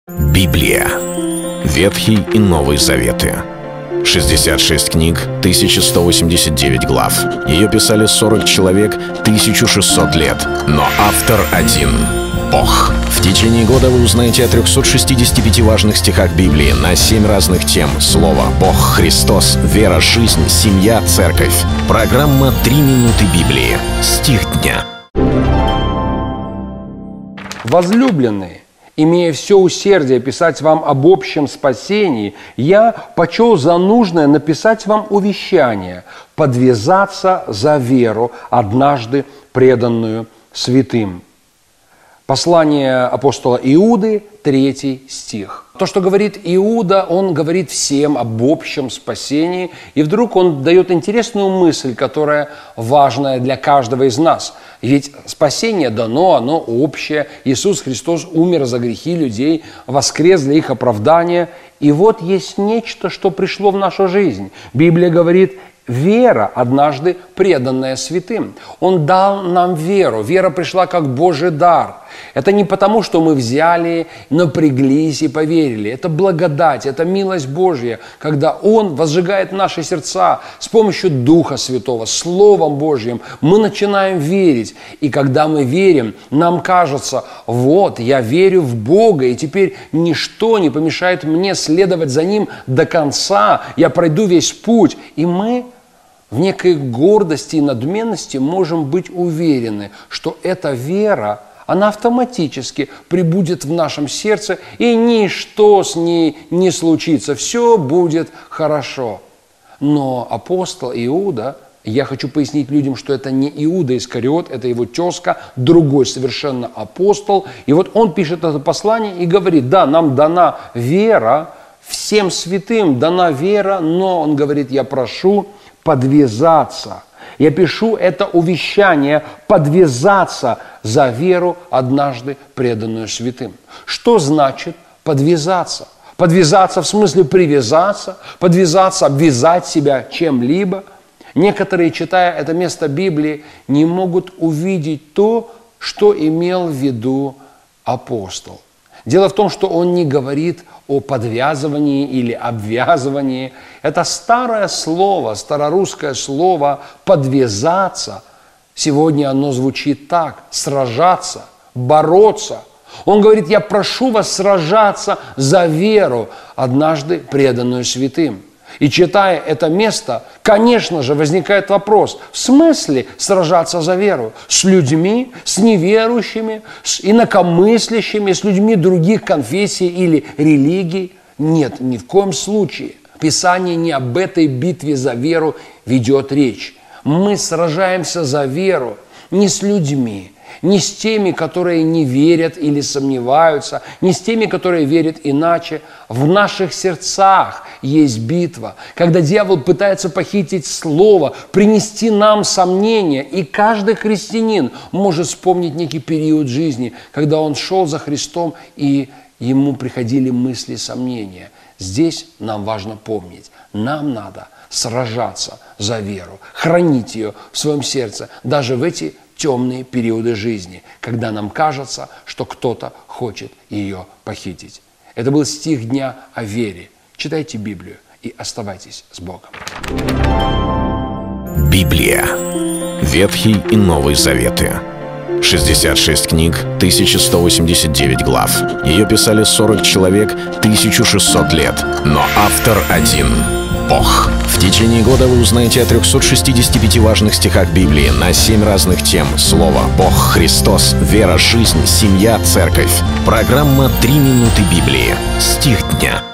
Библия. Ветхий и Новый Заветы. 66 книг, 1189 глав. Ее писали 40 человек, 1600 лет. Но автор один — Бог. В течение года вы узнаете о 365 важных стихах Библии на 7 разных тем. Слово, Бог, Христос, вера, жизнь, семья, церковь. Программа «3 минуты Библии». Стих дня. Возлюбленные, имея все усердие писать вам об общем спасении, я почел за нужное написать вам увещание, подвязаться за веру, однажды преданную святым. Послание апостола Иуды, 3 стих. То, что говорит Иуда, он говорит всем об общем спасении, и вдруг он дает интересную мысль, которая важная для каждого из нас. Ведь спасение дано, оно общее. Иисус Христос умер за грехи людей, воскрес для их оправдания. И вот есть нечто, что пришло в нашу жизнь. Библия говорит: вера, однажды преданная святым. Он дал нам веру. Вера пришла как Божий дар. Это не потому, что мы взяли, напряглись и поверили. Это благодать, это милость Божья, когда Он возжигает наши сердца с помощью Духа Святого, Словом Божьим. Мы начинаем верить. И когда мы верим, нам кажется: вот, я верю в Бога, и теперь ничто не помешает мне следовать за Ним до конца. Я пройду весь путь. И мы в некой гордости и надменности можем быть уверены, что эта вера, она автоматически прибудет в нашем сердце, и ничто с ней не случится, все будет хорошо. Но апостол Иуда, я хочу пояснить людям, что это не Иуда Искариот, это его тезка, другой совершенно апостол. И вот он пишет это послание и говорит: да, нам дана вера, всем святым дана вера, но он говорит: я прошу подвязаться. Я пишу это увещание подвязаться за веру, однажды преданную святым. Что значит подвязаться? Подвязаться в смысле привязаться, подвязаться, обвязать себя чем-либо. Некоторые, читая это место Библии, не могут увидеть то, что имел в виду апостол. Дело в том, что он не говорит о подвязывании или обвязывании. Это старое слово, старорусское слово «подвязаться». Сегодня оно звучит так: сражаться, бороться. Он говорит: я прошу вас сражаться за веру, однажды преданную святым. И читая это место, конечно же, возникает вопрос: в смысле сражаться за веру? С людьми, с неверующими, с инакомыслящими, с людьми других конфессий или религий? Нет, ни в коем случае. Писание не об этой битве за веру ведет речь. Мы сражаемся за веру не с людьми, не с теми, которые не верят или сомневаются, не с теми, которые верят иначе. В наших сердцах есть битва, когда дьявол пытается похитить слово, принести нам сомнения. И каждый христианин может вспомнить некий период жизни, когда он шел за Христом, и ему приходили мысли, сомнения. Здесь нам важно помнить: нам надо сражаться за веру, хранить ее в своем сердце, даже в эти темные периоды жизни, когда нам кажется, что кто-то хочет ее похитить. Это был стих дня о вере. Читайте Библию и оставайтесь с Богом. Библия. Ветхий и Новый Заветы. 66 книг, 1189 глав. Ее писали 40 человек, 1600 лет. Но автор один — Бог. В течение года вы узнаете о 365 важных стихах Библии на 7 разных тем. Слово, Бог, Христос, вера, жизнь, семья, церковь. Программа «3 минуты Библии». Стих дня.